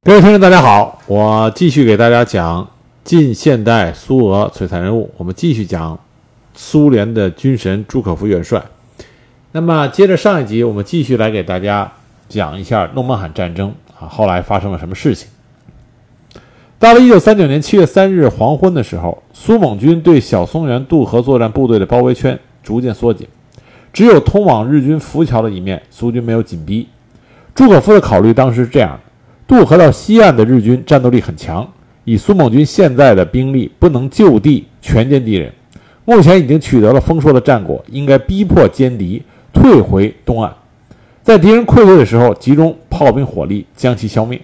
各位听众大家好，我继续给大家讲近现代苏俄璀璨人物，我们继续讲苏联的军神朱可夫元帅。那么接着上一集，我们继续来给大家讲一下诺门罕战争后来发生了什么事情。到了1939年7月3日黄昏的时候，苏蒙军对小松原渡河作战部队的包围圈逐渐缩紧，只有通往日军浮桥的一面，苏军没有紧逼。朱可夫的考虑当时是这样的：渡河到西岸的日军战斗力很强，以苏蒙军现在的兵力不能就地全歼敌人，目前已经取得了丰硕的战果，应该逼迫歼敌退回东岸，在敌人溃退的时候集中炮兵火力将其消灭。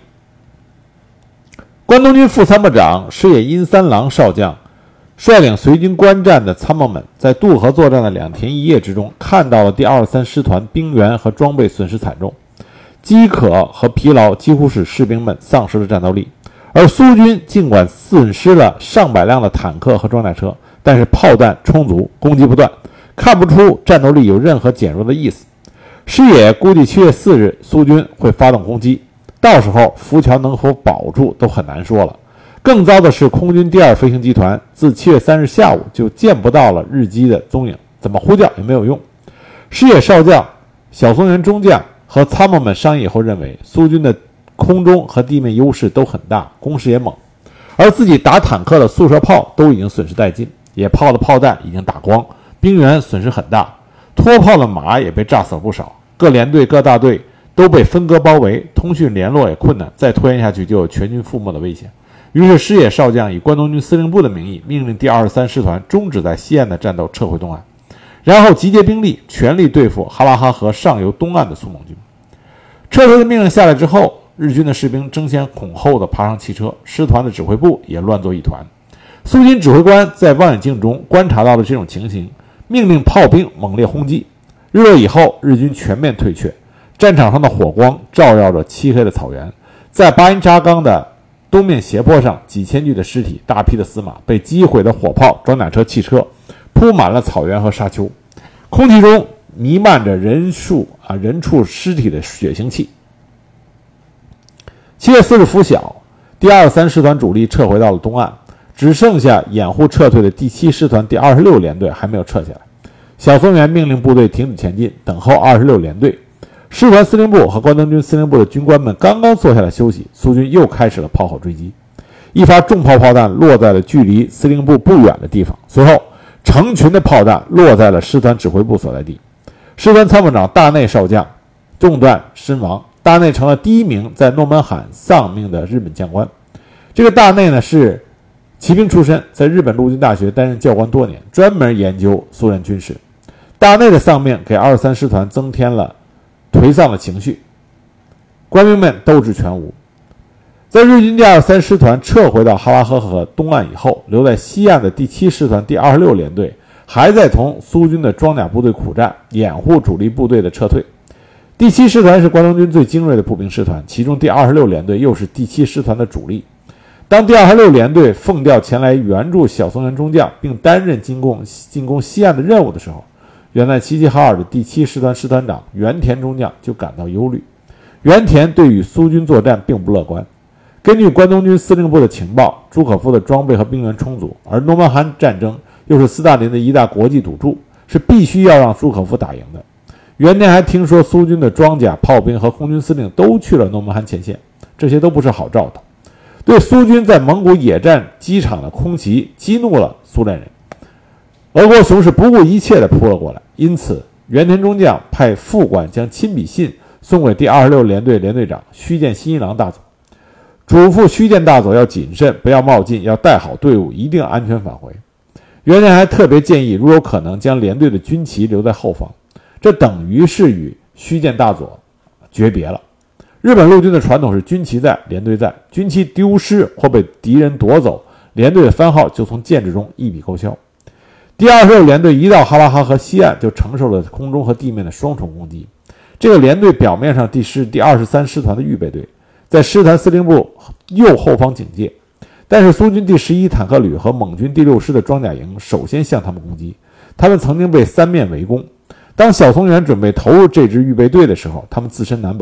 关东军副参谋长矢野因三郎少将率领随军观战的参谋们，在渡河作战的2天1夜之中，看到了第23师团兵员和装备损失惨重，饥渴和疲劳几乎使士兵们丧失了战斗力，而苏军尽管损失了上百辆的坦克和装甲车，但是炮弹充足，攻击不断，看不出战斗力有任何减弱的意思。矢野估计7月4日苏军会发动攻击，到时候浮桥能否保住都很难说了。更糟的是，空军第2飞行集团自7月3日下午就见不到了日机的踪影，怎么呼叫也没有用。矢野少将、小松原中将和参谋们商议后认为，苏军的空中和地面优势都很大，攻势也猛，而自己打坦克的速射炮都已经损失殆尽，野炮的炮弹已经打光，兵员损失很大，拖炮的马也被炸死了不少，各连队各大队都被分割包围，通讯联络也困难，再拖延下去就有全军覆没的危险。于是矢野少将以关东军司令部的名义，命令第23师团终止在西岸的战斗，撤回东岸，然后集结兵力，全力对付哈拉哈河上游东岸的苏蒙军。撤退的命令下来之后，日军的士兵争先恐后地爬上汽车，师团的指挥部也乱作一团。苏军指挥官在望远镜中观察到了这种情形，命令炮兵猛烈轰击。日落以后，日军全面退却，战场上的火光照耀着漆黑的草原，在巴音扎冈的东面斜坡上，几千具的尸体，大批的死马，被击毁的火炮、装甲车、汽车铺满了草原和沙丘，空气中弥漫着人畜尸体的血腥气。7月4日拂晓，第23师团主力撤回到了东岸，只剩下掩护撤退的第7师团第26联队还没有撤下来。小松原命令部队停止前进，等候26联队。师团司令部和关东军司令部的军官们刚刚坐下来休息，苏军又开始了炮火追击。一发重炮炮弹落在了距离司令部不远的地方，随后成群的炮弹落在了师团指挥部所在地。师团参谋长大内少将中弹身亡，大内成了第1名在诺门罕丧命的日本将官。这个大内呢是骑兵出身，在日本陆军大学担任教官多年，专门研究苏联军事。大内的丧命给23师团增添了颓丧的情绪，官兵们斗志全无。在日军第23师团撤回到哈拉河河东岸以后，留在西岸的第7师团第26联队还在同苏军的装甲部队苦战，掩护主力部队的撤退。第7师团是关东军最精锐的步兵师团，其中第26联队又是第7师团的主力。当第26联队奉调前来援助小松原中将，并担任进攻西岸的任务的时候，远在齐齐哈尔的第7师团师团长原田中将就感到忧虑。原田对与苏军作战并不乐观。根据关东军司令部的情报，朱可夫的装备和兵员充足，而诺门罕战争又是斯大林的一大国际赌注，是必须要让朱可夫打赢的。原田还听说苏军的装甲、炮兵和空军司令都去了诺门罕前线，这些都不是好兆头，对苏军在蒙古野战机场的空袭激怒了苏联人。俄国雄士不顾一切地扑了过来，因此原田中将派副官将亲笔信送给第26联队联队长须见新一郎大佐，嘱咐须见大佐要谨慎，不要冒进，要带好队伍，一定安全返回。原田还特别建议，如有可能将联队的军旗留在后方，这等于是与须见大佐诀别了。日本陆军的传统是军旗在，联队在，军旗丢失或被敌人夺走，联队的番号就从建制中一笔勾销。第26联队一到哈拉哈河西岸，就承受了空中和地面的双重攻击。这个联队表面上是第23师团的预备队，在师团司令部右后方警戒，但是苏军第11坦克旅和蒙军第6师的装甲营首先向他们攻击，他们曾经被3面围攻。当小松原准备投入这支预备队的时候，他们自身难保，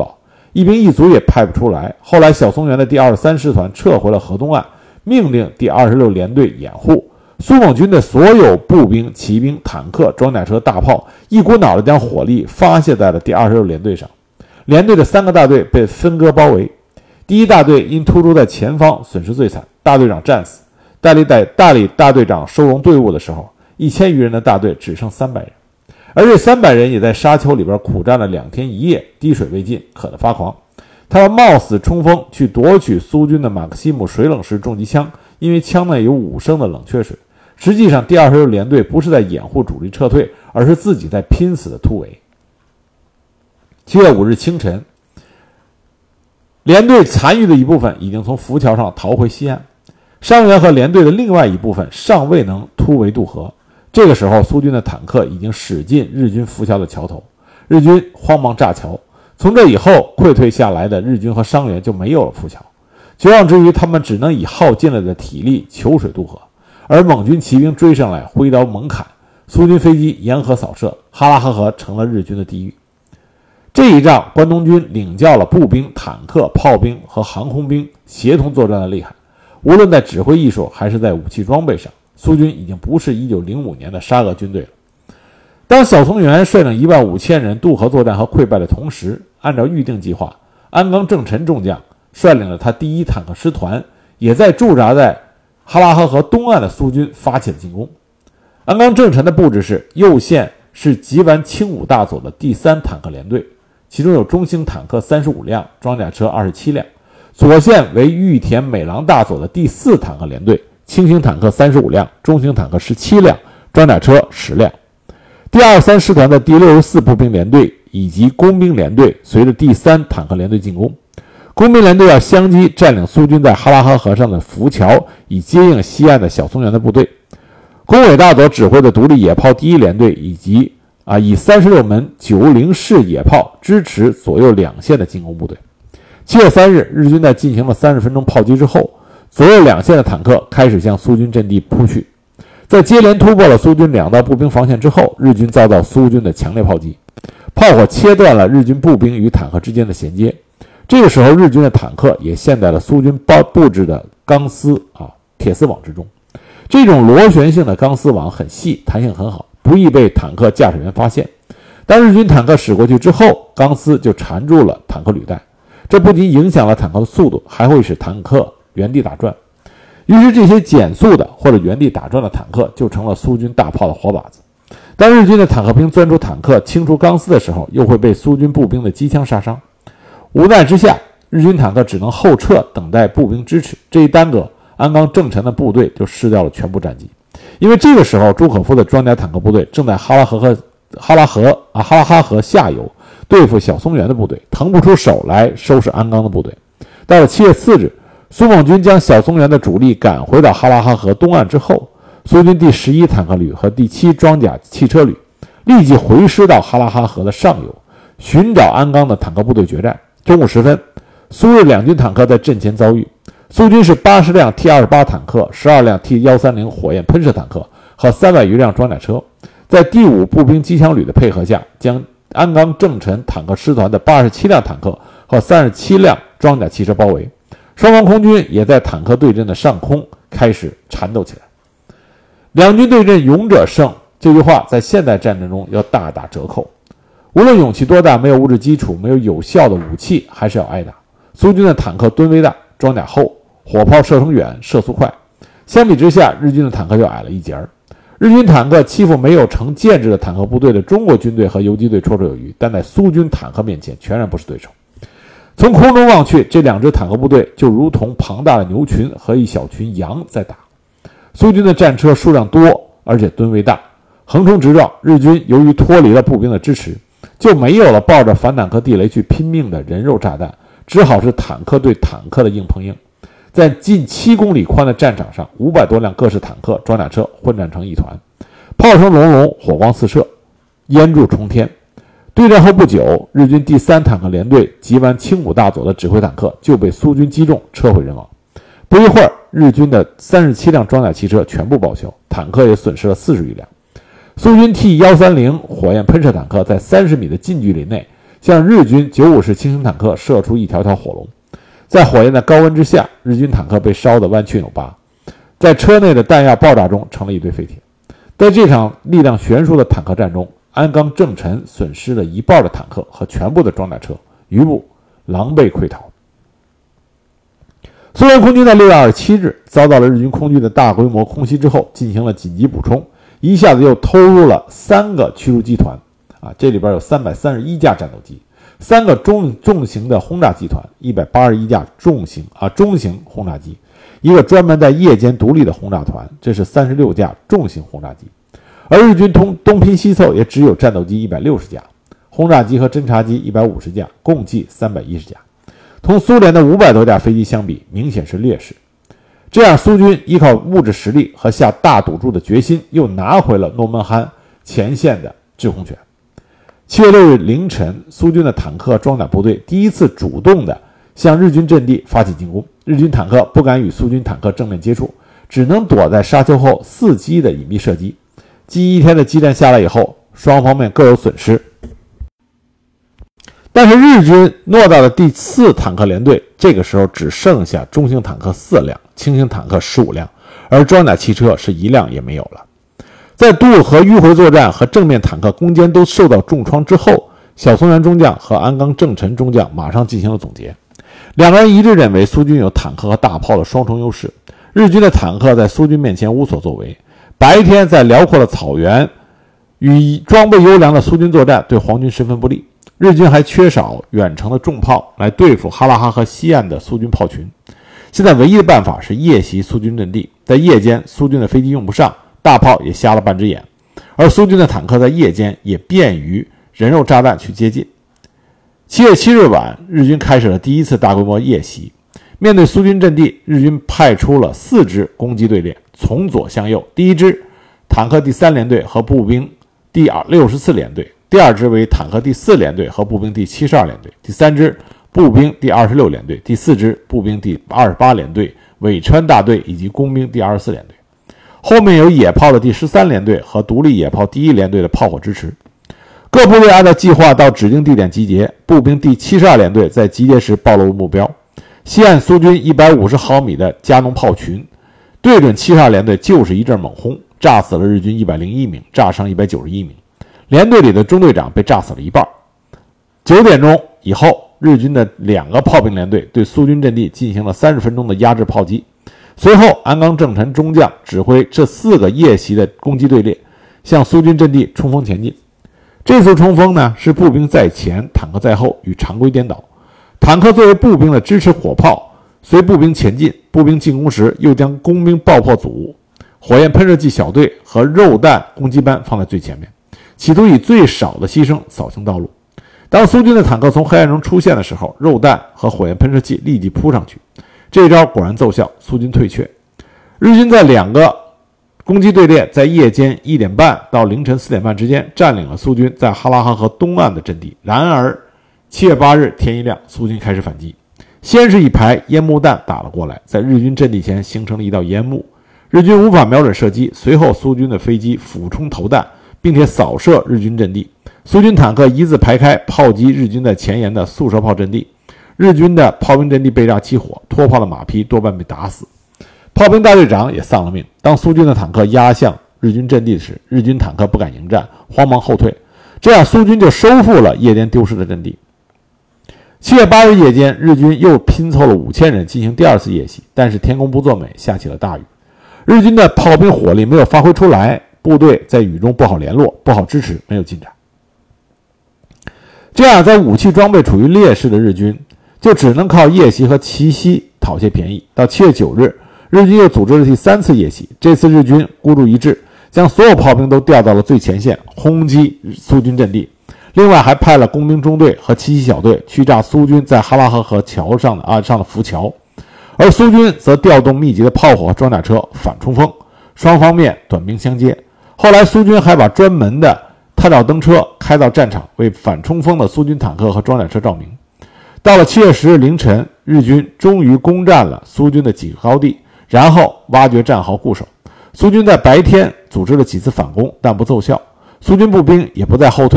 一兵一卒也派不出来。后来小松原的第23师团撤回了河东岸，命令第26联队掩护。苏蒙军的所有步兵、骑兵、坦克、装甲车、大炮一股脑地将火力发泄在了第26联队上。联队的3个大队被分割包围。第一大队因突出在前方，损失最惨，大队长战死。大理大队长收容队伍的时候，1000余人的大队只剩300人，而这300人也在沙丘里边苦战了2天1夜，滴水未进，渴得发狂。他们冒死冲锋去夺取苏军的马克西姆水冷式重机枪，因为枪内有5升的冷却水。实际上第26联队不是在掩护主力撤退，而是自己在拼死的突围。7月5日清晨，联队残余的一部分已经从浮桥上逃回西岸，伤员和联队的另外一部分尚未能突围渡河。这个时候苏军的坦克已经驶进日军浮桥的桥头，日军慌忙炸桥。从这以后，溃退下来的日军和伤员就没有了浮桥，绝望之余，他们只能以耗尽了的体力求水渡河。而蒙军骑兵追上来，挥刀猛砍，苏军飞机沿河扫射，哈拉河河成了日军的地狱。这一仗，关东军领教了步兵、坦克、炮兵和航空兵协同作战的厉害。无论在指挥艺术还是在武器装备上，苏军已经不是1905年的沙俄军队了。当小松原率领15000人渡河作战和溃败的同时，按照预定计划，安冈正臣中将率领了他第1坦克师团，也在驻扎在哈拉河河东岸的苏军发起了进攻。安冈正臣的布置是：右线是吉丸清武大佐的第3坦克联队，其中有中型坦克35辆，装甲车27辆；左线为玉田美郎大佐的第4坦克联队，轻型坦克35辆，中型坦克17辆，装甲车10辆。第23师团的第64步兵联队以及工兵联队随着第3坦克联队进攻。工兵联队要相机占领苏军在哈拉哈河上的浮桥，以接应西岸的小松原的部队。宫尾大佐指挥的独立野炮第1联队以及以36门90式野炮支持左右2线的进攻部队。7月3日，日军在进行了30分钟炮击之后，左右2线的坦克开始向苏军阵地扑去。在接连突破了苏军2道步兵防线之后，日军遭到苏军的强烈炮击，炮火切断了日军步兵与坦克之间的衔接。这个时候，日军的坦克也陷在了苏军布置的钢丝铁丝网之中。这种螺旋性的钢丝网很细，弹性很好，不易被坦克驾驶员发现。当日军坦克驶过去之后，钢丝就缠住了坦克履带，这不仅影响了坦克的速度，还会使坦克原地打转。于是这些减速的或者原地打转的坦克就成了苏军大炮的活靶子。当日军的坦克兵钻出坦克清除钢丝的时候，又会被苏军步兵的机枪杀伤。无奈之下，日军坦克只能后撤，等待步兵支持。这一耽搁，安冈正臣的部队就失掉了全部战绩。因为这个时候，朱可夫的装甲坦克部队正在哈拉哈河下游对付小松原的部队，腾不出手来收拾安冈的部队。到了7月4日，苏蒙军将小松原的主力赶回到哈拉哈河东岸之后，苏军第11坦克旅和第7装甲汽车旅立即回师到哈拉哈河的上游，寻找安冈的坦克部队决战。中午时分，苏日两军坦克在阵前遭遇，苏军是80辆 T28 坦克、12辆 T130 火焰喷射坦克和300余辆装甲车，在第5步兵机枪旅的配合下，将安冈正臣坦克师团的87辆坦克和37辆装甲汽车包围。双方空军也在坦克对阵的上空开始缠斗起来。两军对阵，勇者胜，这句话在现代战争中要大打折扣。无论勇气多大，没有物质基础，没有有效的武器，还是要挨打。苏军的坦克吨位大，装甲厚，火炮射程远，射速快。相比之下，日军的坦克就矮了一截儿。日军坦克欺负没有成建制的坦克部队的中国军队和游击队绰绰有余，但在苏军坦克面前全然不是对手。从空中望去，这2支坦克部队就如同庞大的牛群和一小群羊在打。苏军的战车数量多，而且吨位大，横冲直撞。日军由于脱离了步兵的支持，就没有了抱着反坦克地雷去拼命的人肉炸弹，只好是坦克对坦克的硬碰硬。在近7公里宽的战场上，500多辆各式坦克、装甲车混战成一团，炮声隆隆，火光四射，烟柱冲天。对战后不久，日军第3坦克联队吉丸清武大佐的指挥坦克就被苏军击中，车毁人亡。不一会儿，日军的37辆装甲汽车全部报销，坦克也损失了40余辆。苏军 T130 火焰喷射坦克在30米的近距离内向日军95式轻型坦克射出一条条火龙。在火焰的高温之下，日军坦克被烧得弯曲扭巴，在车内的弹药爆炸中成了一堆废铁。在这场力量悬殊的坦克战中，鞍钢正臣损失了一半的坦克和全部的装甲车，余部狼狈溃逃。苏联空军在6月27日遭到了日军空军的大规模空袭之后，进行了紧急补充，一下子又投入了3个驱逐机团这里边有331架战斗机，3个重型的轰炸集团，181架中型轰炸机，一个专门在夜间独立的轰炸团，这是36架重型轰炸机。而日军东拼西凑也只有战斗机160架，轰炸机和侦察机150架，共计310架。同苏联的500多架飞机相比，明显是劣势。这样苏军依靠物质实力和下大赌注的决心，又拿回了诺门罕前线的制空权。7月6日凌晨，苏军的坦克装甲部队第一次主动的向日军阵地发起进攻，日军坦克不敢与苏军坦克正面接触，只能躲在沙丘后伺机的隐蔽射击。近1天的激战下来以后，双方面各有损失。但是日军偌大的第4坦克联队这个时候只剩下中型坦克4辆，轻型坦克15辆，而装甲汽车是1辆也没有了。在渡河迂回作战和正面坦克攻坚都受到重创之后，小松原中将和鞍钢正臣中将马上进行了总结。两个人一致认为苏军有坦克和大炮的双重优势，日军的坦克在苏军面前无所作为，白天在辽阔的草原与装备优良的苏军作战对皇军十分不利。日军还缺少远程的重炮来对付哈拉哈河西岸的苏军炮群。现在唯一的办法是夜袭苏军阵地，在夜间苏军的飞机用不上，大炮也瞎了半只眼，而苏军的坦克在夜间也便于人肉炸弹去接近。7月7日晚，日军开始了第一次大规模夜袭。面对苏军阵地，日军派出了4支攻击队列，从左向右。第一支坦克第3联队和步兵第64联队，第2支为坦克第4联队和步兵第72联队，第3支步兵第26联队，第4支步兵第28联队、尾川大队以及工兵第24联队。后面有野炮的第13联队和独立野炮第1联队的炮火支持。各部队按照计划到指定地点集结，步兵第72联队在集结时暴露目标，西岸苏军150毫米的加农炮群对准72联队就是一阵猛轰，炸死了日军101名，炸伤191名，连队里的中队长被炸死了一半。9点钟以后，日军的2个炮兵连队对苏军阵地进行了30分钟的压制炮击。随后鞍钢正臣中将指挥这4个夜袭的攻击队列向苏军阵地冲锋前进。这次冲锋呢，是步兵在前，坦克在后，与常规颠倒。坦克作为步兵的支持火炮，随步兵前进，步兵进攻时又将工兵爆破组、火焰喷射器小队和肉弹攻击班放在最前面，企图以最少的牺牲扫清道路。当苏军的坦克从黑暗中出现的时候，肉弹和火焰喷射器立即扑上去，这一招果然奏效，苏军退却。日军在2个攻击队列在夜间1点半到凌晨4点半之间占领了苏军在哈拉哈河东岸的阵地。然而7月8日天一亮，苏军开始反击，先是一排烟幕弹打了过来，在日军阵地前形成了一道烟幕，日军无法瞄准射击，随后苏军的飞机俯冲投弹，并且扫射日军阵地，苏军坦克一字排开炮击日军在前沿的速射炮阵地，日军的炮兵阵地被炸起火，拖炮的马匹多半被打死，炮兵大队长也丧了命。当苏军的坦克压向日军阵地时，日军坦克不敢迎战，慌忙后退，这样苏军就收复了夜间丢失的阵地。7月8日夜间，日军又拼凑了5000人进行第2次夜袭，但是天公不作美，下起了大雨，日军的炮兵火力没有发挥出来，部队在雨中不好联络，不好支持，没有进展。这样在武器装备处于劣势的日军就只能靠夜袭和奇袭讨些便宜。到7月9日，日军又组织了第3次夜袭，这次日军孤注一掷，将所有炮兵都调到了最前线轰击苏军阵地，另外还派了工兵中队和奇袭小队去炸苏军在哈拉河河桥上的浮桥，而苏军则调动密集的炮火和装甲车反冲锋，双方面短兵相接。后来苏军还把专门的探照灯车开到战场，为反冲锋的苏军坦克和装甲车照明。到了7月10日凌晨，日军终于攻占了苏军的几个高地，然后挖掘战壕固守。苏军在白天组织了几次反攻，但不奏效，苏军步兵也不再后退，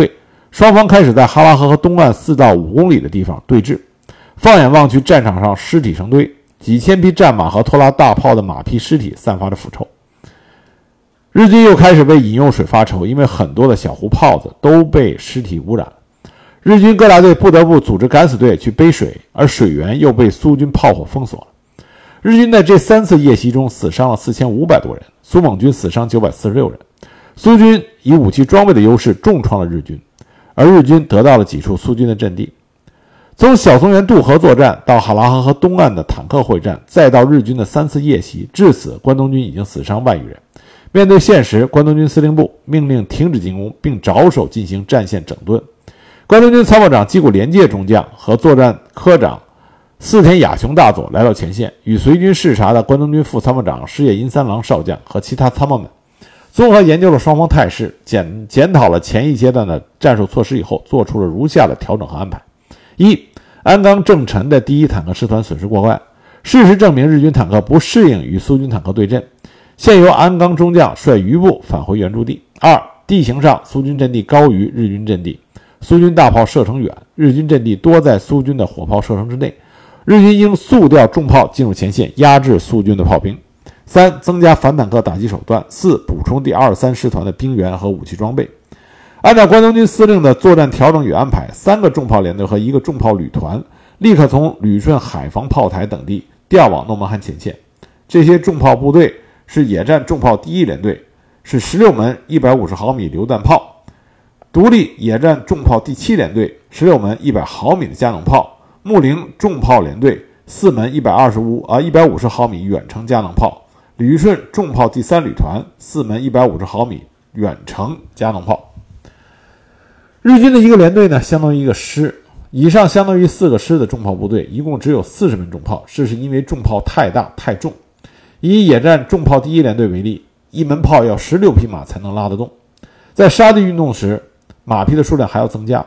双方开始在哈拉河和东岸4到5公里的地方对峙。放眼望去，战场上尸体成堆，几千匹战马和拖拉大炮的马匹尸体散发着腐臭。日军又开始为饮用水发愁，因为很多的小湖泡子都被尸体污染了。日军各大队不得不组织敢死队去背水，而水源又被苏军炮火封锁了。日军在这3次夜袭中死伤了4500多人，苏蒙军死伤946人。苏军以武器装备的优势重创了日军，而日军得到了几处苏军的阵地。从小松原渡河作战到哈拉河和东岸的坦克会战，再到日军的3次夜袭，至此关东军已经死伤10000余人。面对现实，关东军司令部命令停止进攻，并着手进行战线整顿。关东军参谋长矶谷廉介中将和作战科长四田雅雄大佐来到前线，与随军视察的关东军副参谋长矢野银三郎少将和其他参谋们综合研究了双方态势，检讨了前一阶段的战术措施以后，做出了如下的调整和安排：一、安冈正臣的第一坦克师团损失过万，事实证明日军坦克不适应与苏军坦克对阵，现由安冈中将率余部返回原驻地。二、地形上苏军阵地高于日军阵地，苏军大炮射程远，日军阵地多在苏军的火炮射程之内，日军应速调重炮进入前线，压制苏军的炮兵。三、增加反坦克打击手段。四、补充第2、3师团的兵员和武器装备。按照关东军司令的作战调整与安排，3个重炮连队和1个重炮旅团立刻从旅顺海防炮台等地调往诺门罕前线。这些重炮部队是野战重炮第1联队，是16门150毫米榴弹炮；独立野战重炮第7联队16门100毫米的加农炮；木陵重炮联队4门150毫米远程加农炮；旅顺重炮第3旅团4门150毫米远程加农炮。日军的1个连队呢，相当于1个师，以上相当于4个师的重炮部队，一共只有40门重炮，这是因为重炮太大太重。以野战重炮第1联队为例，一门炮要16匹马才能拉得动，在沙地运动时，马匹的数量还要增加。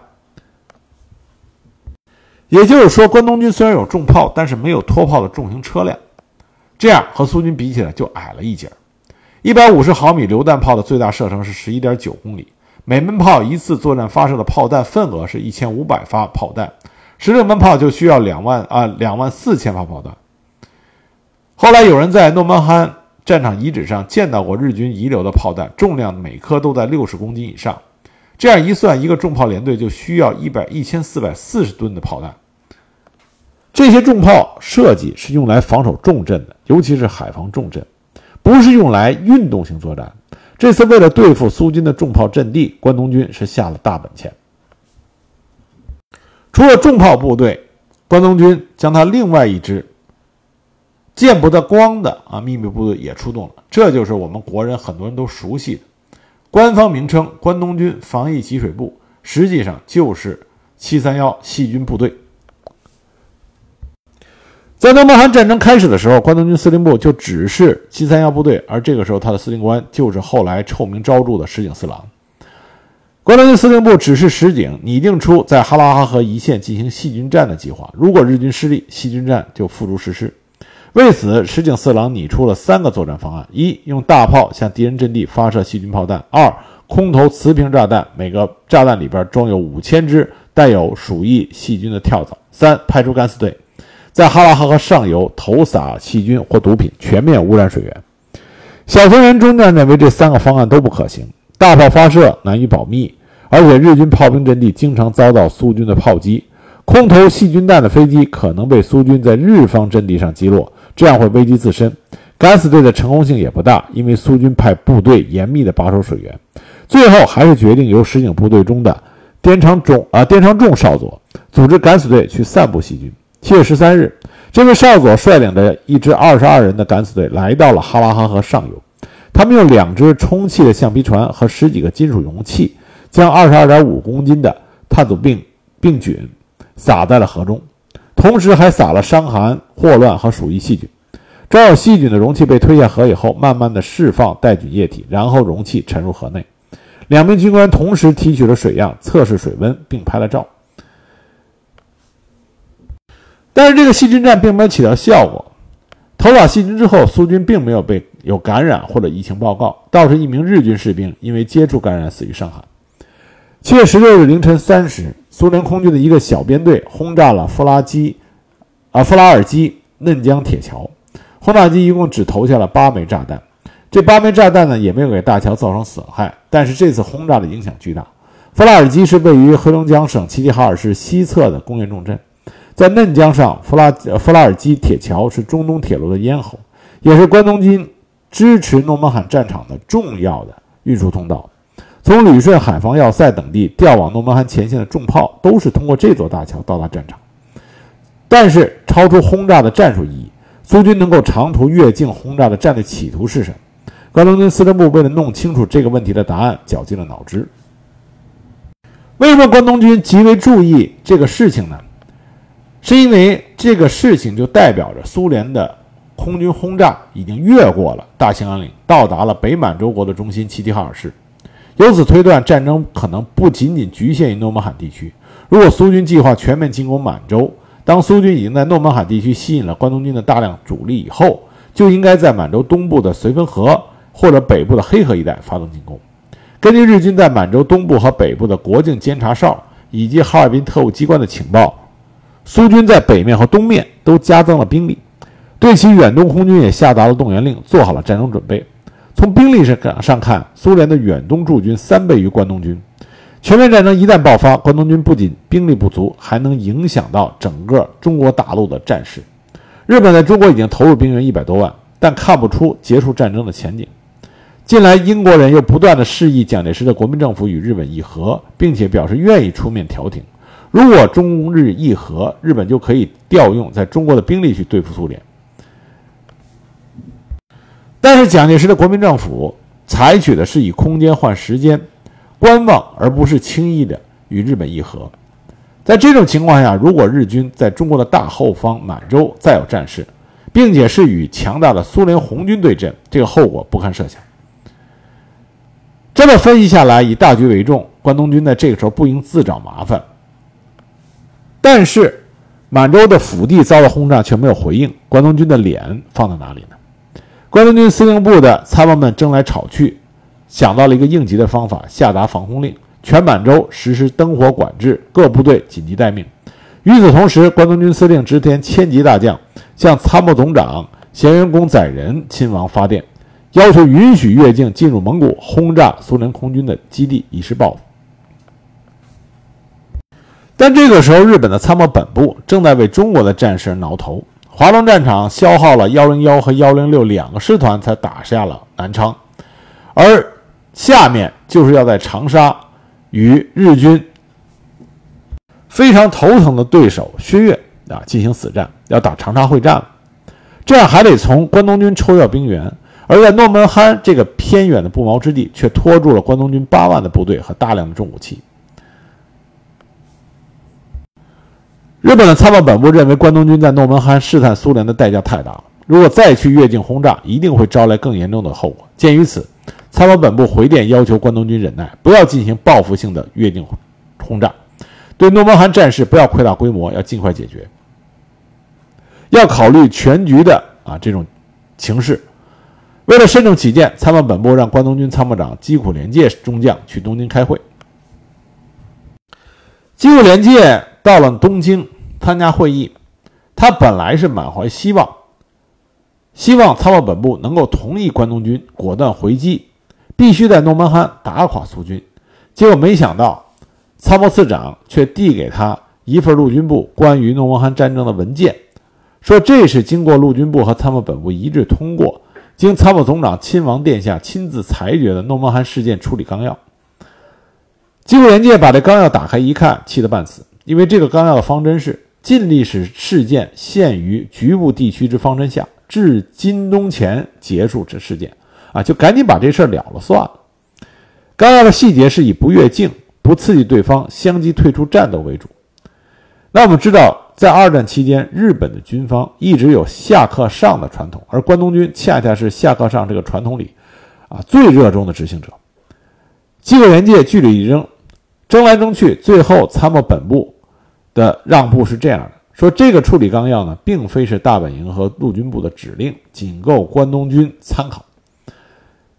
也就是说，关东军虽然有重炮，但是没有拖炮的重型车辆，这样和苏军比起来就矮了一截。150毫米榴弹炮的最大射程是 11.9 公里，每门炮一次作战发射的炮弹份额是1500发炮弹，16门炮就需要24000发炮弹。后来有人在诺门罕战场遗址上见到过日军遗留的炮弹，重量每颗都在60公斤以上。这样一算，1个重炮连队就需要1440吨的炮弹。这些重炮设计是用来防守重镇的，尤其是海防重镇，不是用来运动型作战。这次为了对付苏军的重炮阵地，关东军是下了大本钱。除了重炮部队，关东军将他另外一支见不得光的秘密部队也出动了，这就是我们国人很多人都熟悉的官方名称关东军防疫给水部，实际上就是731细军部队。在诺门罕战争开始的时候，关东军司令部就只是731部队，而这个时候他的司令官就是后来臭名昭著的石井四郎。关东军司令部指示石井拟定出在哈拉哈河一线进行细军战的计划，如果日军失利，细军战就付诸实施。为此，石井四郎拟出了3个作战方案：一、用大炮向敌人阵地发射细菌炮弹；二、空投磁瓶炸弹，每个炸弹里边装有5000只带有鼠疫细菌的跳蚤；三、派出敢死队在哈拉哈河上游投洒细菌或毒品，全面污染水源。小松原中将认为这3个方案都不可行，大炮发射难以保密，而且日军炮兵阵地经常遭到苏军的炮击，空投细菌弹的飞机可能被苏军在日方阵地上击落，这样会危及自身。敢死队的成功性也不大，因为苏军派部队严密地把守水源。最后还是决定由石井部队中的滇长重少佐组织敢死队去散布细菌。7月13日，这位少佐率领着一支22人的敢死队来到了哈拉哈河上游，他们用2只充气的橡皮船和10几个金属容器，将 22.5 公斤的炭疽病菌撒在了河中，同时还撒了伤寒、霍乱和鼠疫细菌。装有细菌的容器被推下河以后，慢慢的释放带菌液体，然后容器沉入河内。2名军官同时提取了水样，测试水温，并拍了照。但是这个细菌战并没有起到效果，投洒细菌之后，苏军并没有感染或者疫情报告，倒是1名日军士兵因为接触感染死于伤寒。 7月16日凌晨3时，苏联空军的一个小编队轰炸了弗拉尔基嫩江铁桥，轰炸机一共只投下了8枚炸弹。这8枚炸弹呢，也没有给大桥造成损害，但是这次轰炸的影响巨大。弗拉尔基是位于黑龙江省齐齐哈尔市西侧的工业重镇，在嫩江上，弗拉尔基铁桥是中东铁路的咽喉，也是关东军支持诺门罕战场的重要的运输通道。从旅顺、海防要塞等地调往诺门罕前线的重炮都是通过这座大桥到达战场。但是超出轰炸的战术意义，苏军能够长途越境轰炸的战略企图是什么？关东军司令部为了弄清楚这个问题的答案，绞尽了脑汁。为什么关东军极为注意这个事情呢？是因为这个事情就代表着苏联的空军轰炸已经越过了大兴安岭，到达了北满洲国的中心齐齐哈尔市。由此推断，战争可能不仅仅局限于诺门罕地区。如果苏军计划全面进攻满洲，当苏军已经在诺门罕地区吸引了关东军的大量主力以后，就应该在满洲东部的绥芬河或者北部的黑河一带发动进攻。根据日军在满洲东部和北部的国境监察哨以及哈尔滨特务机关的情报，苏军在北面和东面都加增了兵力，对其远东空军也下达了动员令，做好了战争准备。从兵力上看，苏联的远东驻军3倍于关东军。全面战争一旦爆发，关东军不仅兵力不足，还能影响到整个中国大陆的战事。日本在中国已经投入兵员100多万，但看不出结束战争的前景。近来英国人又不断地示意蒋介石的国民政府与日本议和，并且表示愿意出面调停。如果中日议和，日本就可以调用在中国的兵力去对付苏联。但是蒋介石的国民政府采取的是以空间换时间，观望，而不是轻易的与日本议和。在这种情况下，如果日军在中国的大后方满洲再有战事，并且是与强大的苏联红军对阵，这个后果不堪设想。这么分析下来，以大局为重，关东军在这个时候不应自找麻烦。但是满洲的腹地遭到轰炸却没有回应，关东军的脸放在哪里呢？关东军司令部的参谋们争来吵去，想到了一个应急的方法，下达防空令，全满洲实施灯火管制，各部队紧急待命。与此同时，关东军司令直田千吉大将向参谋总长咸元公载人亲王发电，要求允许越境进入蒙古，轰炸苏联空军的基地，以示报复。但这个时候，日本的参谋本部正在为中国的战事挠头。华东战场消耗了101和106两个师团才打下了南昌，而下面就是要在长沙与日军非常头疼的对手薛岳进行死战，要打长沙会战了。这样还得从关东军抽调兵员，而在诺门罕这个偏远的不毛之地，却拖住了关东军8万的部队和大量的重武器。日本的参谋本部认为关东军在诺门罕试探苏联的代价太大了，如果再去越境轰炸，一定会招来更严重的后果。鉴于此，参谋本部回电要求关东军忍耐，不要进行报复性的越境轰炸，对诺门罕战事不要扩大规模，要尽快解决，要考虑全局的这种情势。为了慎重起见，参谋本部让关东军参谋长矶谷廉介中将去东京开会。矶谷廉介到了东京参加会议，他本来是满怀希望参谋本部能够同意关东军果断回击，必须在诺门罕打垮苏军。结果没想到参谋次长却递给他一份陆军部关于诺门罕战争的文件，说这是经过陆军部和参谋本部一致通过，经参谋总长亲王殿下亲自裁决的诺门罕事件处理纲要。矶谷廉介把这纲要打开一看，气得半死，因为这个纲要的方针是尽力使事件陷于局部地区之方针下，至今冬前结束这事件就赶紧把这事了了算了。纲要的细节是以不越境、不刺激对方、相继退出战斗为主。那我们知道，在二战期间，日本的军方一直有下克上的传统，而关东军恰恰是下克上这个传统里最热衷的执行者。矶谷廉介据理力争，争来争去，最后参谋本部的让步是这样的，说这个处理纲要呢，并非是大本营和陆军部的指令，仅够关东军参考。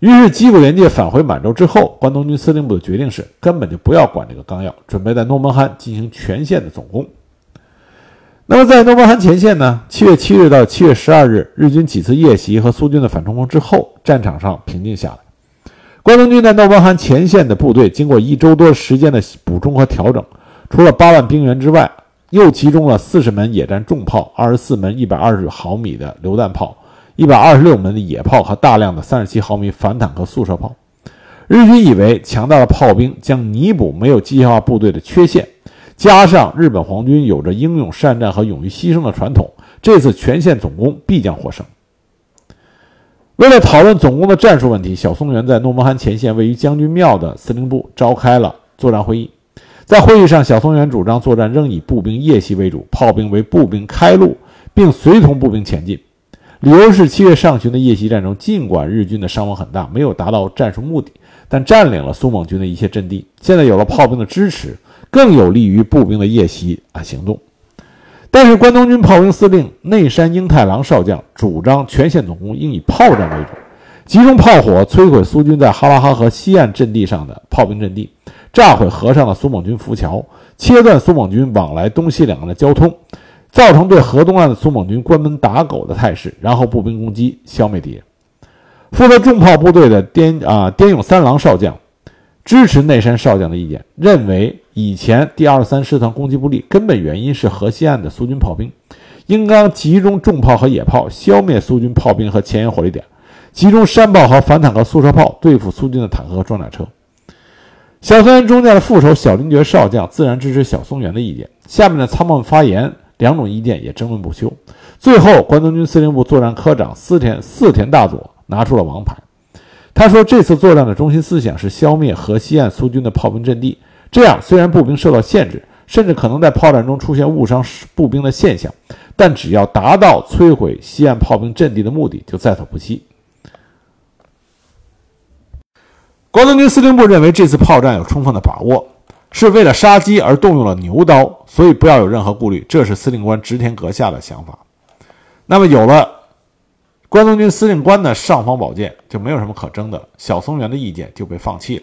于是矶谷廉介返回满洲之后，关东军司令部的决定是根本就不要管这个纲要，准备在诺门罕进行全线的总攻。那么在诺门罕前线呢，7月7日到7月12日，日军几次夜袭和苏军的反冲锋之后，战场上平静下来。关东军在诺门罕前线的部队经过1周多时间的补充和调整，除了8万兵员之外，又集中了40门野战重炮、24门120毫米的榴弹炮、126门的野炮和大量的37毫米反坦克速射炮。日军以为强大的炮兵将弥补没有机械化部队的缺陷，加上日本皇军有着英勇善战和勇于牺牲的传统，这次全线总攻必将获胜。为了讨论总攻的战术问题，小松原在诺门罕前线位于将军庙的司令部召开了作战会议。在会议上，小松原主张作战仍以步兵夜袭为主，炮兵为步兵开路，并随同步兵前进。理由是7月上旬的夜袭战争，尽管日军的伤亡很大，没有达到战术目的，但占领了苏蒙军的一些阵地。现在有了炮兵的支持，更有利于步兵的夜袭行动。但是关东军炮兵司令内山英太郎少将主张全线总攻应以炮战为主，集中炮火摧毁苏军在哈拉哈河西岸阵地上的炮兵阵地，炸毁河上的苏蒙军浮桥，切断苏蒙军往来东西两岸的交通，造成对河东岸的苏蒙军关门打狗的态势，然后步兵攻击消灭敌人。负责重炮部队的滇永三郎少将支持内山少将的意见，认为以前第23师团攻击不利，根本原因是河西岸的苏军炮兵，应当集中重炮和野炮消灭苏军炮兵和前沿火力点，集中山炮和反坦克速射炮对付苏军的坦克和装甲车。小松原中将的副手小林觉少将自然支持小松原的意见，下面的参谋们发言，两种意见也争论不休。最后关东军司令部作战科长四田大佐拿出了王牌，他说这次作战的中心思想是消灭河西岸苏军的炮兵阵地，这样虽然步兵受到限制，甚至可能在炮战中出现误伤步兵的现象，但只要达到摧毁西岸炮兵阵地的目的，就在所不惜。关东军司令部认为这次炮战有充分的把握，是为了杀鸡而动用了牛刀，所以不要有任何顾虑，这是司令官织田阁下的想法。那么有了关东军司令官的尚方宝剑，就没有什么可争的了，小松原的意见就被放弃了。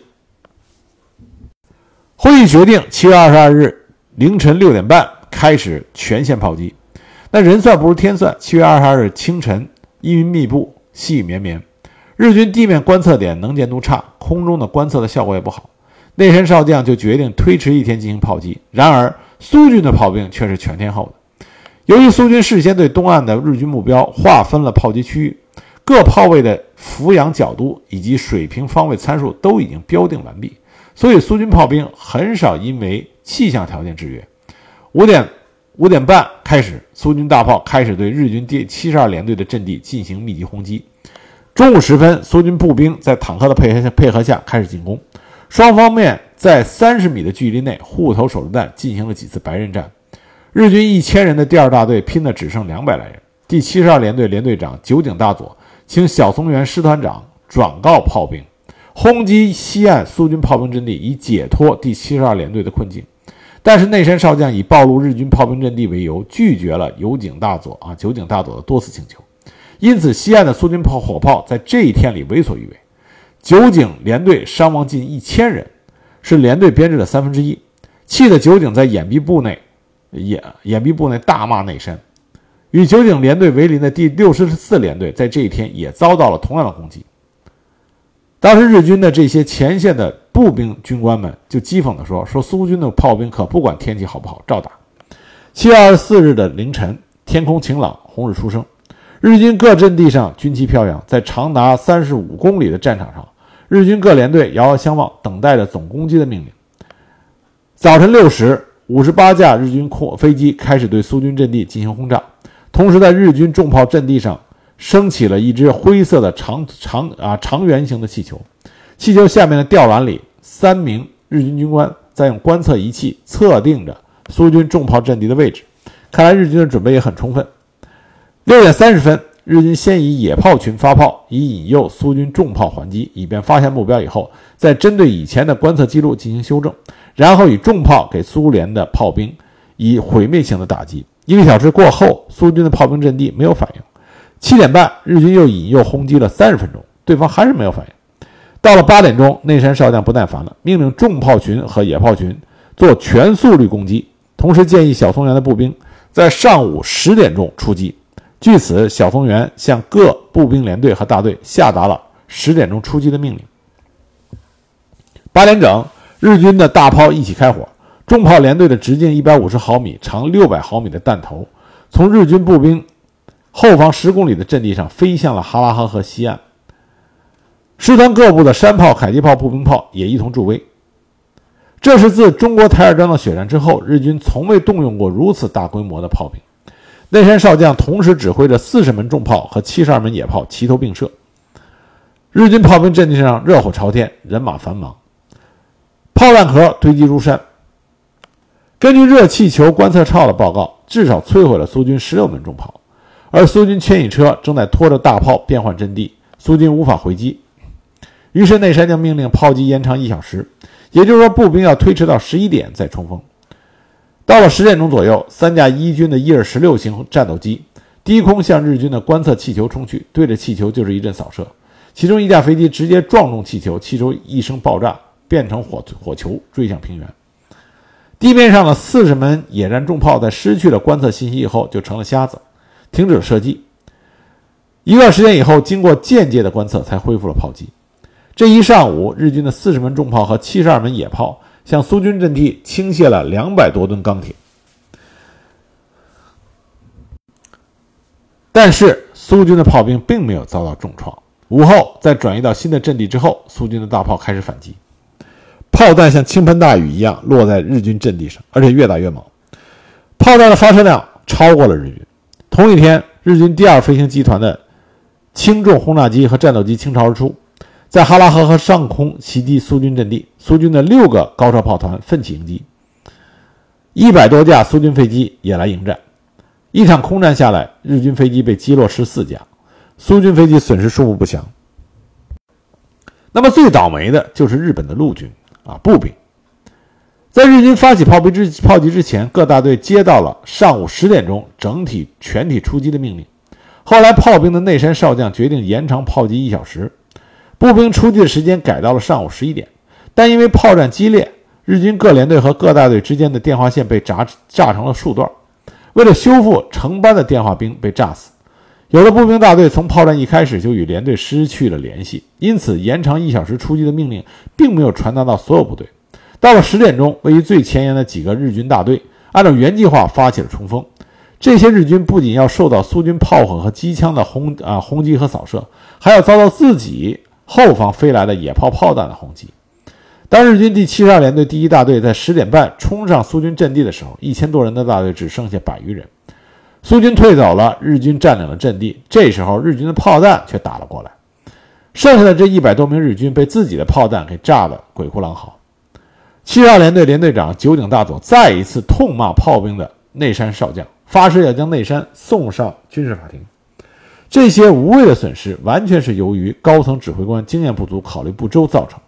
会议决定7月22日凌晨6点半开始全线炮击。那人算不如天算，7月22日清晨阴云密布，细雨绵绵，日军地面观测点能见度差，空中的观测的效果也不好，内山少将就决定推迟1天进行炮击。然而苏军的炮兵却是全天候的。由于苏军事先对东岸的日军目标划分了炮击区域，各炮位的俯仰角度以及水平方位参数都已经标定完毕，所以苏军炮兵很少因为气象条件制约。5点半开始，苏军大炮开始对日军第72联队的阵地进行密集轰击。中午时分，苏军步兵在坦克的配合下开始进攻，双方面在30米的距离内互投手榴弹，进行了几次白刃战。日军1000人的第2大队拼的只剩200来人。第72联队联队长酒井大佐请小松原师团长转告炮兵，轰击西岸苏军炮兵阵地，以解脱第72联队的困境。但是内山少将以暴露日军炮兵阵地为由，拒绝了酒井大佐的多次请求。因此西岸的苏军火炮在这一天里为所欲为。酒井联队伤亡近1000人，是联队编制的1/3，气得酒井在掩蔽部内大骂内山。与酒井联队为邻的第64联队在这一天也遭到了同样的攻击。当时日军的这些前线的步兵军官们就讥讽地说苏军的炮兵可不管天气好不好，照打。7月24日的凌晨，天空晴朗，红日初升，日军各阵地上军旗飘扬，在长达35公里的战场上，日军各联队遥遥相望，等待着总攻击的命令。早晨6时，58架日军飞机开始对苏军阵地进行轰炸，同时在日军重炮阵地上升起了一只灰色的长圆形的气球，气球下面的吊篮里，3名日军军官在用观测仪器测定着苏军重炮阵地的位置，看来日军的准备也很充分。6点30分，日军先以野炮群发炮，以引诱苏军重炮还击，以便发现目标以后，再针对以前的观测记录进行修正，然后以重炮给苏联的炮兵以毁灭性的打击。1个小时过后，苏军的炮兵阵地没有反应。7点半，日军又引诱轰击了30分钟，对方还是没有反应。 到了8点钟，内山少将不耐烦了，命令重炮群和野炮群做全速率攻击，同时建议小松原的步兵在上午10点钟出击。据此，小松原向各步兵连队和大队下达了10点钟出击的命令。8点整，日军的大炮一起开火，重炮连队的直径150毫米、长600毫米的弹头从日军步兵后方10公里的阵地上飞向了哈拉哈河西岸。师团各部的山炮、迫击炮、步兵炮也一同助威。这是自中国台儿庄的血战之后，日军从未动用过如此大规模的炮兵。内山少将同时指挥着40门重炮和72门野炮齐头并射。日军炮兵阵地上热火朝天，人马繁忙，炮弹壳堆积如山。根据热气球观测哨的报告，至少摧毁了苏军16门重炮，而苏军牵引车正在拖着大炮变换阵地，苏军无法回击。于是内山将命令炮击延长1小时，也就是说步兵要推迟到11点再冲锋。到了10点钟左右，3架一军的伊尔16型战斗机低空向日军的观测气球冲去，对着气球就是一阵扫射，其中一架飞机直接撞中气球，气球一声爆炸，变成火球坠向平原。地面上的40门野战重炮在失去了观测信息以后就成了瞎子，停止了射击。一段时间以后，经过间接的观测才恢复了炮击。这一上午，日军的40门重炮和72门野炮向苏军阵地倾泻了200多吨钢铁。但是苏军的炮兵并没有遭到重创。午后，在转移到新的阵地之后，苏军的大炮开始反击，炮弹像倾盆大雨一样落在日军阵地上，而且越打越猛。炮弹的发射量超过了日军。同一天，日军第2飞行集团的轻重轰炸机和战斗机倾巢而出，在哈拉河和上空袭击苏军阵地。苏军的6个高射炮团奋起迎击，100多架苏军飞机也来迎战。一场空战下来，日军飞机被击落14架，苏军飞机损失数目不详。那么最倒霉的就是日本的陆军步兵。在日军发起炮击之前，各大队接到了上午10点钟全体出击的命令。后来炮兵的内山少将决定延长炮击1小时，步兵出击的时间改到了上午11点，但因为炮战激烈，日军各连队和各大队之间的电话线被炸成了数段。为了修复，成班的电话兵被炸死。有的步兵大队从炮战一开始就与连队失去了联系，因此延长1小时出击的命令并没有传达到所有部队。到了10点钟，位于最前沿的几个日军大队按照原计划发起了冲锋。这些日军不仅要受到苏军炮火和机枪的轰击和扫射，还要遭到自己后方飞来的野炮炮弹的轰击。当日军第72联队第1大队在10点半冲上苏军阵地的时候，1000多人的大队只剩下100余人。苏军退走了，日军占领了阵地。这时候日军的炮弹却打了过来，剩下的这100多名日军被自己的炮弹给炸得鬼哭狼嚎。72联队连队长酒井大佐再一次痛骂炮兵的内山少将，发誓要将内山送上军事法庭。这些无谓的损失完全是由于高层指挥官经验不足、考虑不周造成的。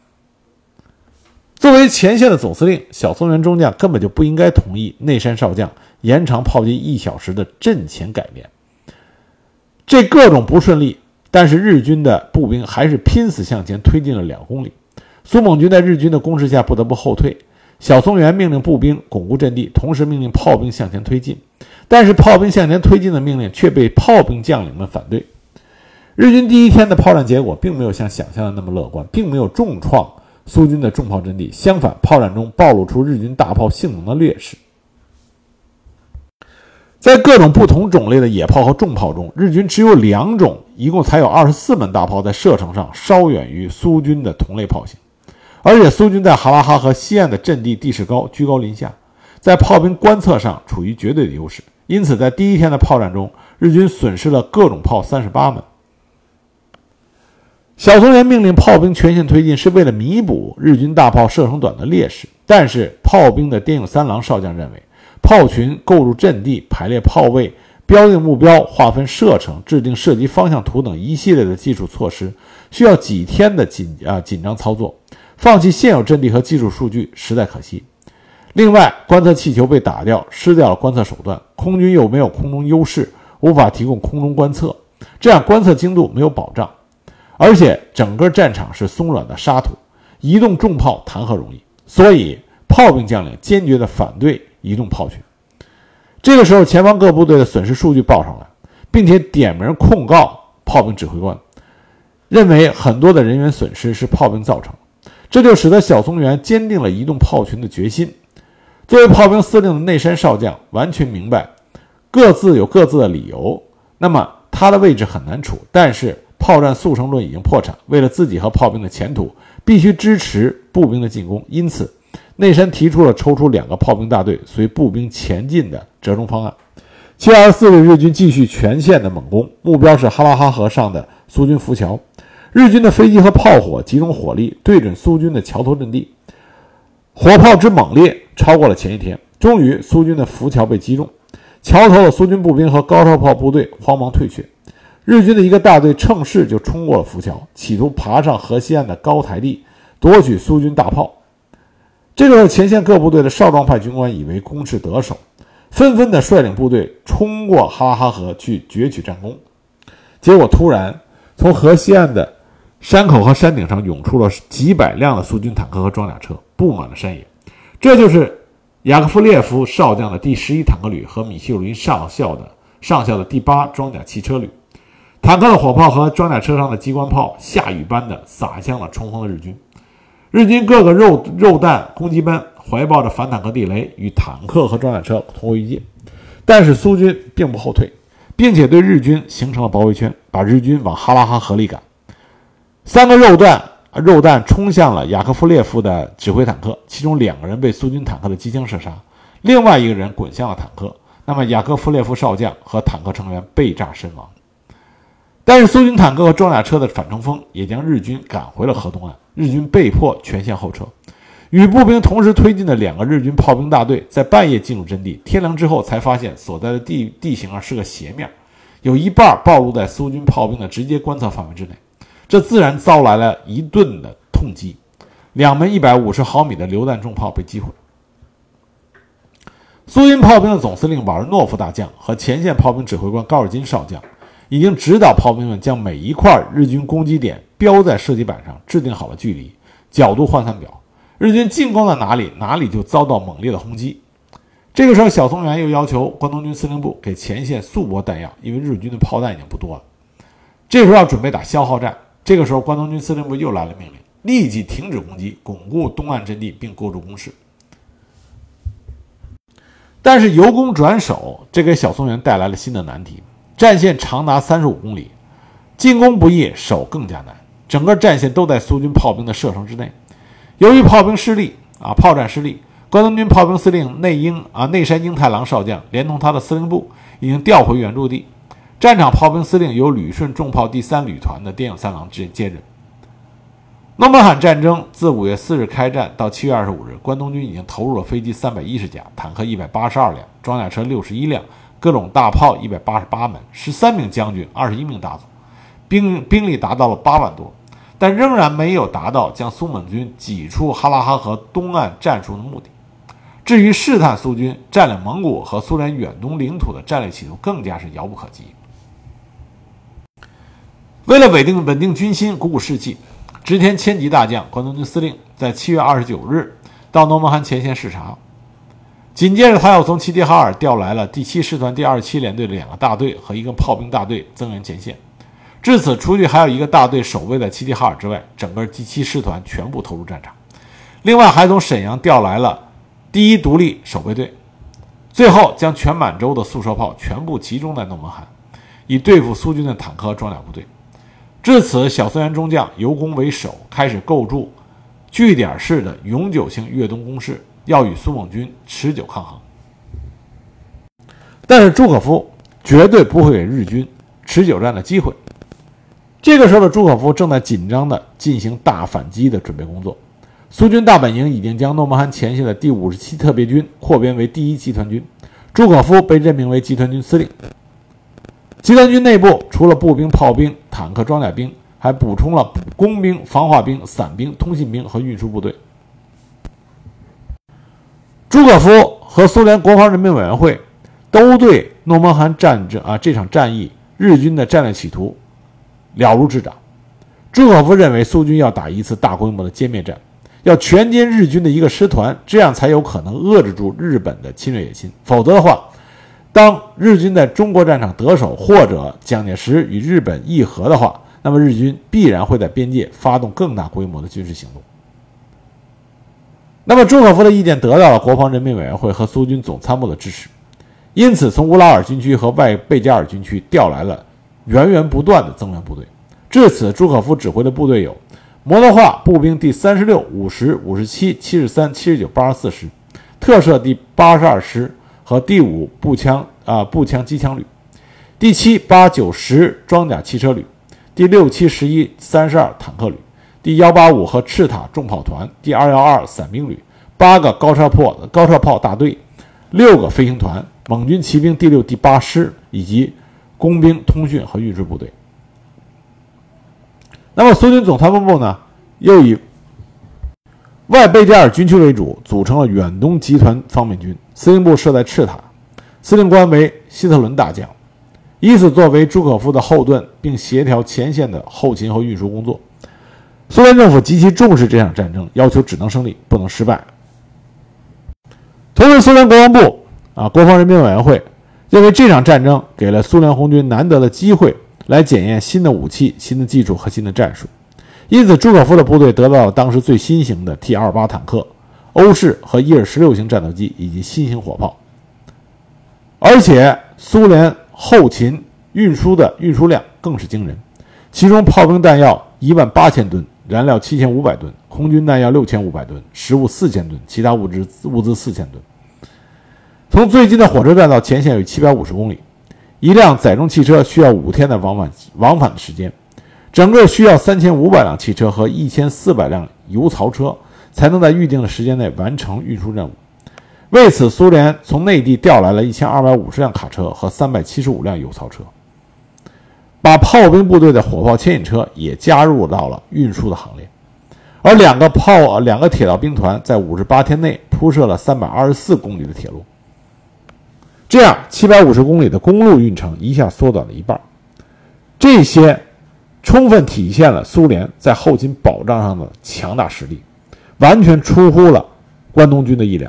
作为前线的总司令，小松原中将根本就不应该同意内山少将延长炮击1小时的阵前改变。这各种不顺利，但是日军的步兵还是拼死向前推进了2公里。苏蒙军在日军的攻势下不得不后退，小松原命令步兵巩固阵地，同时命令炮兵向前推进。但是炮兵向前推进的命令却被炮兵将领们反对。日军第1天的炮战结果并没有像想象的那么乐观，并没有重创苏军的重炮阵地，相反，炮战中暴露出日军大炮性能的劣势。在各种不同种类的野炮和重炮中，日军只有2种，一共才有24门大炮在射程上稍远于苏军的同类炮型。而且苏军在哈拉哈河西岸的阵地地势高，居高临下，在炮兵观测上处于绝对的优势，因此在第1天的炮战中，日军损失了各种炮38门。小松原命令炮兵全线推进是为了弥补日军大炮射程短的劣势，但是炮兵的电影三郎少将认为，炮群构筑阵地、排列炮位、标定目标、划分射程、制定射击方向图等一系列的技术措施需要几天的紧张操作，放弃现有阵地和技术数据实在可惜。另外，观测气球被打掉，失掉了观测手段，空军又没有空中优势，无法提供空中观测，这样观测精度没有保障。 而且整个战场是松软的沙土，移动重炮谈何容易，所以炮兵将领坚决地反对移动炮群。这个时候，前方各部队的损失数据报上来，并且点名控告炮兵指挥官，认为很多的人员损失是炮兵造成，这就使得小松原坚定了移动炮群的决心。作为炮兵司令的内山少将完全明白各自有各自的理由，那么他的位置很难处，但是炮战速成论已经破产，为了自己和炮兵的前途，必须支持步兵的进攻，因此内山提出了抽出2个炮兵大队随步兵前进的折中方案。7月24日，日军继续全线的猛攻，目标是哈拉哈河上的苏军浮桥。日军的飞机和炮火集中火力对准苏军的桥头阵地，火炮之猛烈超过了前一天。终于苏军的浮桥被击中，桥头的苏军步兵和高射炮部队慌忙退却。日军的一个大队乘势就冲过了浮桥，企图爬上河西岸的高台地夺取苏军大炮。这个时候，前线各部队的少壮派军官以为攻势得手，纷纷的率领部队冲过哈拉哈河去攫取战功。结果突然从河西岸的山口和山顶上涌出了几百辆的苏军坦克和装甲车，布满了山野。这就是雅科夫列夫少将的第11坦克旅和米歇尔林上校的第8装甲汽车旅。坦克的火炮和装甲车上的机关炮下雨般的洒向了冲锋的日军。日军各个肉弹攻击班怀抱着反坦克地雷，与坦克和装甲车同归于尽。但是苏军并不后退，并且对日军形成了包围圈，把日军往哈拉哈河里赶。3个肉弹冲向了雅科夫列夫的指挥坦克，其中2个人被苏军坦克的机枪射杀，另外1个人滚向了坦克。那么雅科夫列夫少将和坦克成员被炸身亡。但是苏军坦克和装甲车的反冲锋也将日军赶回了河东岸，日军被迫全线后撤。与步兵同时推进的2个日军炮兵大队在半夜进入阵地，天亮之后才发现所在的地形是个斜面，有一半暴露在苏军炮兵的直接观测范围之内，这自然遭来了一顿的痛击，2门150毫米的榴弹重炮被击毁。苏军炮兵的总司令瓦尔诺夫大将和前线炮兵指挥官高尔金少将已经指导炮兵们将每一块日军攻击点标在射击板上，制定好了距离、角度换算表，日军进攻到哪里，哪里就遭到猛烈的轰击。这个时候，小松原又要求关东军司令部给前线速拨弹药，因为日军的炮弹已经不多了。这时候要准备打消耗战，这个时候关东军司令部又来了命令，立即停止攻击，巩固东岸阵地并构筑工事。但是由攻转守，这给小松原带来了新的难题。战线长达35公里，进攻不易，守更加难。整个战线都在苏军炮兵的射程之内。由于炮兵失利炮战失利，关东军炮兵司令内山英太郎少将连同他的司令部已经调回原驻地。战场炮兵司令由旅顺重炮第3旅团的电影三郎接任。诺门罕战争自5月4日开战到7月25日，关东军已经投入了飞机310架，坦克182辆，装甲车61辆，各种大炮188门，13名将军，21名大佐，兵力达到了8万多，但仍然没有达到将苏蒙军挤出哈拉哈河东岸战术的目的。至于试探苏军占领蒙古和苏联远东领土的战略企图，更加是遥不可及。为了稳定军心，鼓舞士气，织田千吉大将关东军司令在7月29日到诺门罕前线视察。紧接着他又从齐齐哈尔调来了第7师团第27联队的2个大队和一个炮兵大队增援前线。至此，除去还有一个大队守卫在齐齐哈尔之外，整个第7师团全部投入战场。另外还从沈阳调来了第1独立守备队，最后将全满洲的速射炮全部集中在诺门罕，以对付苏军的坦克装甲部队。至此，小松原中将由攻为守，开始构筑据点式的永久性越东攻势，要与苏蒙军持久抗衡。但是朱可夫绝对不会给日军持久战的机会。这个时候的朱可夫正在紧张地进行大反击的准备工作。苏军大本营已经将诺门罕前线的第57特别军扩编为第1集团军，朱可夫被任命为集团军司令。集团军内部除了步兵、炮兵、坦克、装甲兵，还补充了工兵、防化兵、散兵、通信兵和运输部队。朱可夫和苏联国防人民委员会都对诺门罕战争这场战役日军的战略企图了如指掌。 朱可夫认为苏军要打一次大规模的歼灭战，要全歼日军的一个师团，这样才有可能遏制住日本的侵略野心。否则的话，当日军在中国战场得手，或者蒋介石与日本议和的话，那么日军必然会在边界发动更大规模的军事行动。那么朱可夫的意见得到了国防人民委员会和苏军总参谋的支持，因此从乌拉尔军区和外贝加尔军区调来了源源不断的增援部队。至此，朱可夫指挥的部队有摩托化步兵第36、50、57、73、79、84师，特摄第82师和第5步枪机枪旅，第7、8、9、10装甲汽车旅，第6、7、11、32坦克旅，第185和赤塔重炮团，第212伞兵旅，8个高射炮大队，6个飞行团，蒙军骑兵第6、第8师以及工兵通讯和运输部队。那么苏军总参谋部呢，又以外贝加尔军区为主，组成了远东集团方面军，司令部设在赤塔，司令官为希特伦大将，以此作为朱可夫的后盾，并协调前线的后勤和运输工作。苏联政府极其重视这场战争，要求只能胜利，不能失败。同时，苏联国防部国防人民委员会认为这场战争给了苏联红军难得的机会，来检验新的武器、新的技术和新的战术。因此，朱可夫的部队得到了当时最新型的 T-28 坦克、欧式和伊尔16型战斗机以及新型火炮。而且，苏联后勤运输量更是惊人，其中炮兵弹药18000吨，燃料7500吨，空军弹药6500吨，食物4000吨，其他物资4000吨。从最近的火车站到前线有750公里，一辆载重汽车需要5天的往返的时间，整个需要3500辆汽车和1400辆油槽车才能在预定的时间内完成运输任务。为此，苏联从内地调来了1250辆卡车和375辆油槽车，把炮兵部队的火炮牵引车也加入到了运输的行列。而两个铁道兵团在58天内铺设了324公里的铁路，这样750公里的公路运程一下缩短了一半。这些充分体现了苏联在后勤保障上的强大实力，完全出乎了关东军的意料。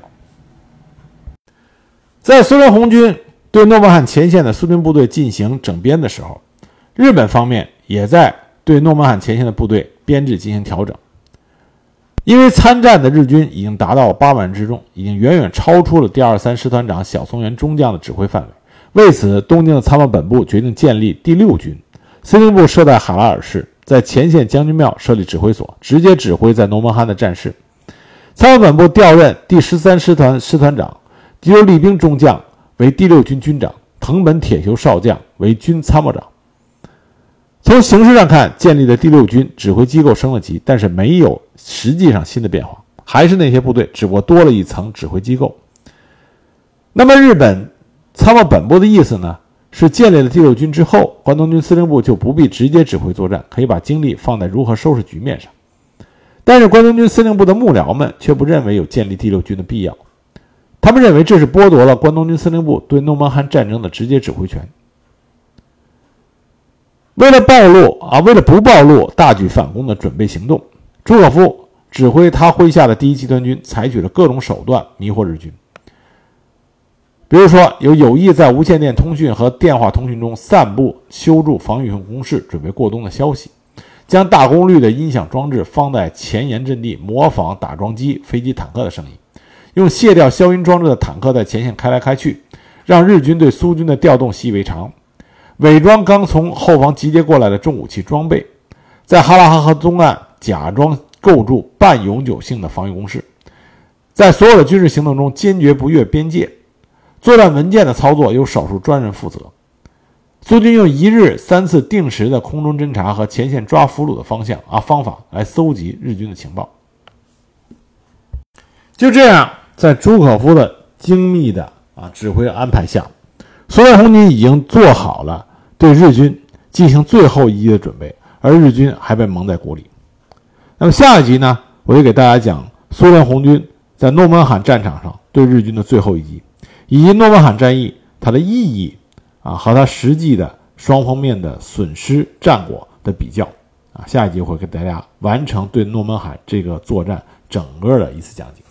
在苏联红军对诺曼罕前线的苏军部队进行整编的时候，日本方面也在对诺曼罕前线的部队编制进行调整。因为参战的日军已经达到了8万人之众，已经远远超出了第23师团长小松原中将的指挥范围。为此，东京的参谋本部决定建立第6军，司令部设在海拉尔市，在前线将军庙设立指挥所，直接指挥在诺曼罕的战事。参谋本部调任第13师团师团长吉留利兵中将为第6军军长，藤本铁球少将为军参谋长。从形式上看，建立的第6军指挥机构升了级，但是没有实际上新的变化，还是那些部队，只不过多了一层指挥机构。那么日本参谋本部的意思呢，是建立了第6军之后，关东军司令部就不必直接指挥作战，可以把精力放在如何收拾局面上。但是关东军司令部的幕僚们却不认为有建立第6军的必要，他们认为这是剥夺了关东军司令部对诺曼罕战争的直接指挥权。为了不暴露大举反攻的准备行动，朱可夫指挥他麾下的第1集团军采取了各种手段迷惑日军。比如说，有意在无线电通讯和电话通讯中散布修筑防御用工事准备过冬的消息，将大功率的音响装置放在前沿阵地，模仿打桩机、飞机、坦克的声音，用卸掉消音装置的坦克在前线开来开去，让日军对苏军的调动习以为常。伪装刚从后方集结过来的重武器装备，在哈拉哈河东岸假装构筑半永久性的防御工事，在所有的军事行动中坚决不越边界，作战文件的操作由少数专人负责。苏军用1日3次定时的空中侦察和前线抓俘虏的方法来搜集日军的情报。就这样，在朱可夫的精密的指挥安排下，苏联红军已经做好了对日军进行最后一击的准备，而日军还被蒙在鼓里。那么下一集呢，我就给大家讲苏联红军在诺曼罕战场上对日军的最后一击，以及诺曼罕战役它的意义和它实际的双方面的损失战果的比较下一集会给大家完成对诺门罕这个作战整个的一次讲解。